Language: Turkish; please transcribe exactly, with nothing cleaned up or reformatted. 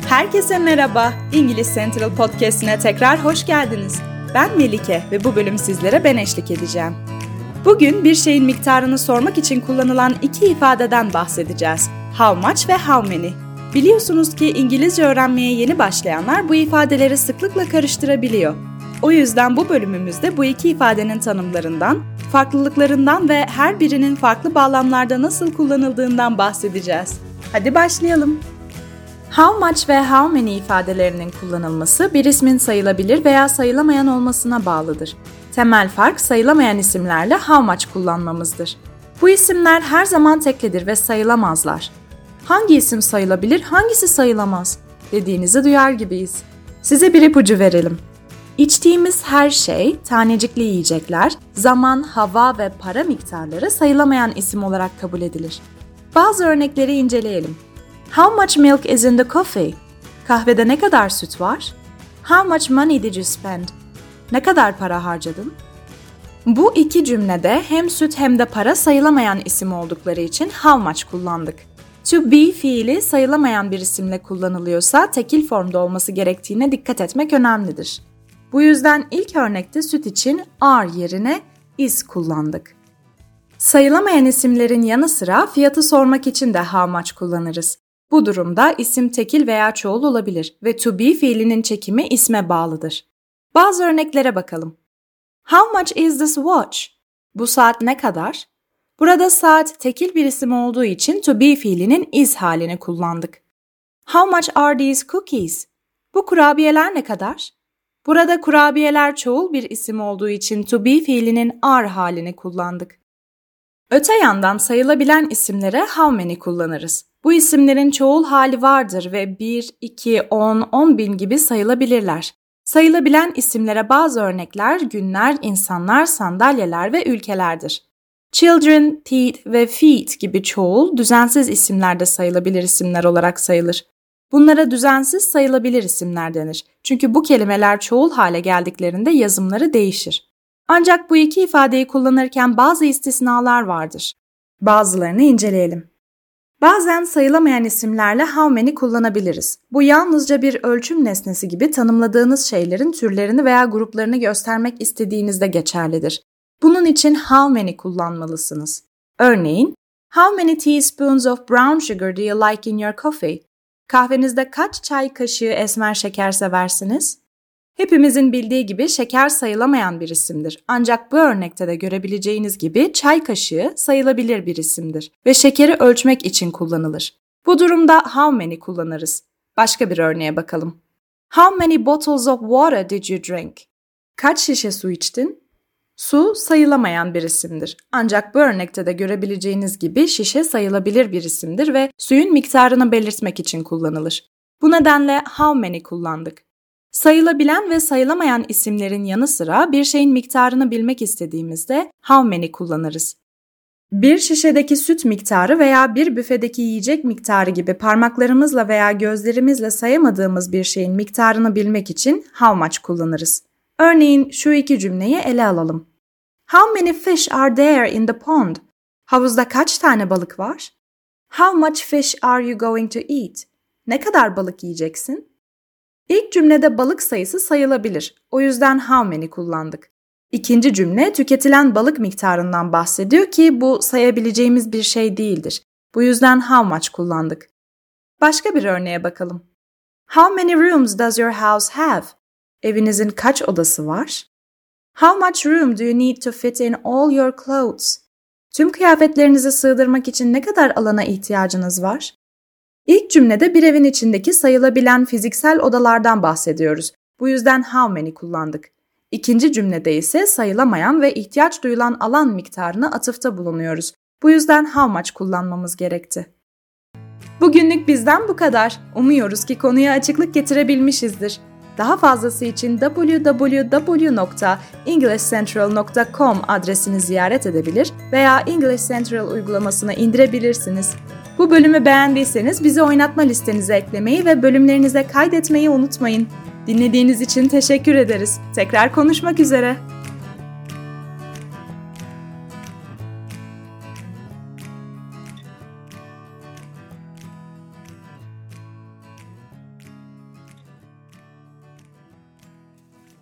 Herkese merhaba. İngiliz Central Podcast'ine tekrar hoş geldiniz. Ben Melike ve bu bölüm sizlere ben eşlik edeceğim. Bugün bir şeyin miktarını sormak için kullanılan iki ifadeden bahsedeceğiz. How much ve how many. Biliyorsunuz ki İngilizce öğrenmeye yeni başlayanlar bu ifadeleri sıklıkla karıştırabiliyor. O yüzden bu bölümümüzde bu iki ifadenin tanımlarından, farklılıklarından ve her birinin farklı bağlamlarda nasıl kullanıldığından bahsedeceğiz. Hadi başlayalım. How much ve how many ifadelerinin kullanılması bir ismin sayılabilir veya sayılamayan olmasına bağlıdır. Temel fark sayılamayan isimlerle how much kullanmamızdır. Bu isimler her zaman teklidir ve sayılamazlar. Hangi isim sayılabilir, hangisi sayılamaz dediğinizi duyar gibiyiz. Size bir ipucu verelim. İçtiğimiz her şey, tanecikli yiyecekler, zaman, hava ve para miktarları sayılamayan isim olarak kabul edilir. Bazı örnekleri inceleyelim. How much milk is in the coffee? Kahvede ne kadar süt var? How much money did you spend? Ne kadar para harcadın? Bu iki cümlede hem süt hem de para sayılamayan isim oldukları için how much kullandık. To be fiili sayılamayan bir isimle kullanılıyorsa tekil formda olması gerektiğine dikkat etmek önemlidir. Bu yüzden ilk örnekte süt için are yerine is kullandık. Sayılamayan isimlerin yanı sıra fiyatı sormak için de how much kullanırız. Bu durumda isim tekil veya çoğul olabilir ve to be fiilinin çekimi isme bağlıdır. Bazı örneklere bakalım. How much is this watch? Bu saat ne kadar? Burada saat tekil bir isim olduğu için to be fiilinin is halini kullandık. How much are these cookies? Bu kurabiyeler ne kadar? Burada kurabiyeler çoğul bir isim olduğu için to be fiilinin are halini kullandık. Öte yandan sayılabilen isimlere how many kullanırız. Bu isimlerin çoğul hali vardır ve bir, iki, on, on bin gibi sayılabilirler. Sayılabilen isimlere bazı örnekler günler, insanlar, sandalyeler ve ülkelerdir. Children, teeth ve feet gibi çoğul, düzensiz isimler de sayılabilir isimler olarak sayılır. Bunlara düzensiz sayılabilir isimler denir. Çünkü bu kelimeler çoğul hale geldiklerinde yazımları değişir. Ancak bu iki ifadeyi kullanırken bazı istisnalar vardır. Bazılarını inceleyelim. Bazen sayılamayan isimlerle how many kullanabiliriz. Bu yalnızca bir ölçüm nesnesi gibi tanımladığınız şeylerin türlerini veya gruplarını göstermek istediğinizde geçerlidir. Bunun için how many kullanmalısınız. Örneğin, how many teaspoons of brown sugar do you like in your coffee? Kahvenizde kaç çay kaşığı esmer şeker seversiniz? Hepimizin bildiği gibi şeker sayılamayan bir isimdir. Ancak bu örnekte de görebileceğiniz gibi çay kaşığı sayılabilir bir isimdir ve şekeri ölçmek için kullanılır. Bu durumda how many kullanırız. Başka bir örneğe bakalım. How many bottles of water did you drink? Kaç şişe su içtin? Su sayılamayan bir isimdir. Ancak bu örnekte de görebileceğiniz gibi şişe sayılabilir bir isimdir ve suyun miktarını belirtmek için kullanılır. Bu nedenle how many kullandık. Sayılabilen ve sayılamayan isimlerin yanı sıra bir şeyin miktarını bilmek istediğimizde how many kullanırız. Bir şişedeki süt miktarı veya bir büfedeki yiyecek miktarı gibi parmaklarımızla veya gözlerimizle sayamadığımız bir şeyin miktarını bilmek için how much kullanırız. Örneğin şu iki cümleyi ele alalım. How many fish are there in the pond? Havuzda kaç tane balık var? How much fish are you going to eat? Ne kadar balık yiyeceksin? İlk cümlede balık sayısı sayılabilir. O yüzden how many kullandık. İkinci cümle tüketilen balık miktarından bahsediyor ki bu sayabileceğimiz bir şey değildir. Bu yüzden how much kullandık. Başka bir örneğe bakalım. How many rooms does your house have? Evinizin kaç odası var? How much room do you need to fit in all your clothes? Tüm kıyafetlerinizi sığdırmak için ne kadar alana ihtiyacınız var? İlk cümlede bir evin içindeki sayılabilen fiziksel odalardan bahsediyoruz. Bu yüzden how many kullandık. İkinci cümlede ise sayılamayan ve ihtiyaç duyulan alan miktarına atıfta bulunuyoruz. Bu yüzden how much kullanmamız gerekti. Bugünlük bizden bu kadar. Umuyoruz ki konuya açıklık getirebilmişizdir. Daha fazlası için double-u double-u double-u nokta english central nokta com adresini ziyaret edebilir veya English Central uygulamasını indirebilirsiniz. Bu bölümü beğendiyseniz bizi oynatma listenize eklemeyi ve bölümlerinize kaydetmeyi unutmayın. Dinlediğiniz için teşekkür ederiz. Tekrar konuşmak üzere.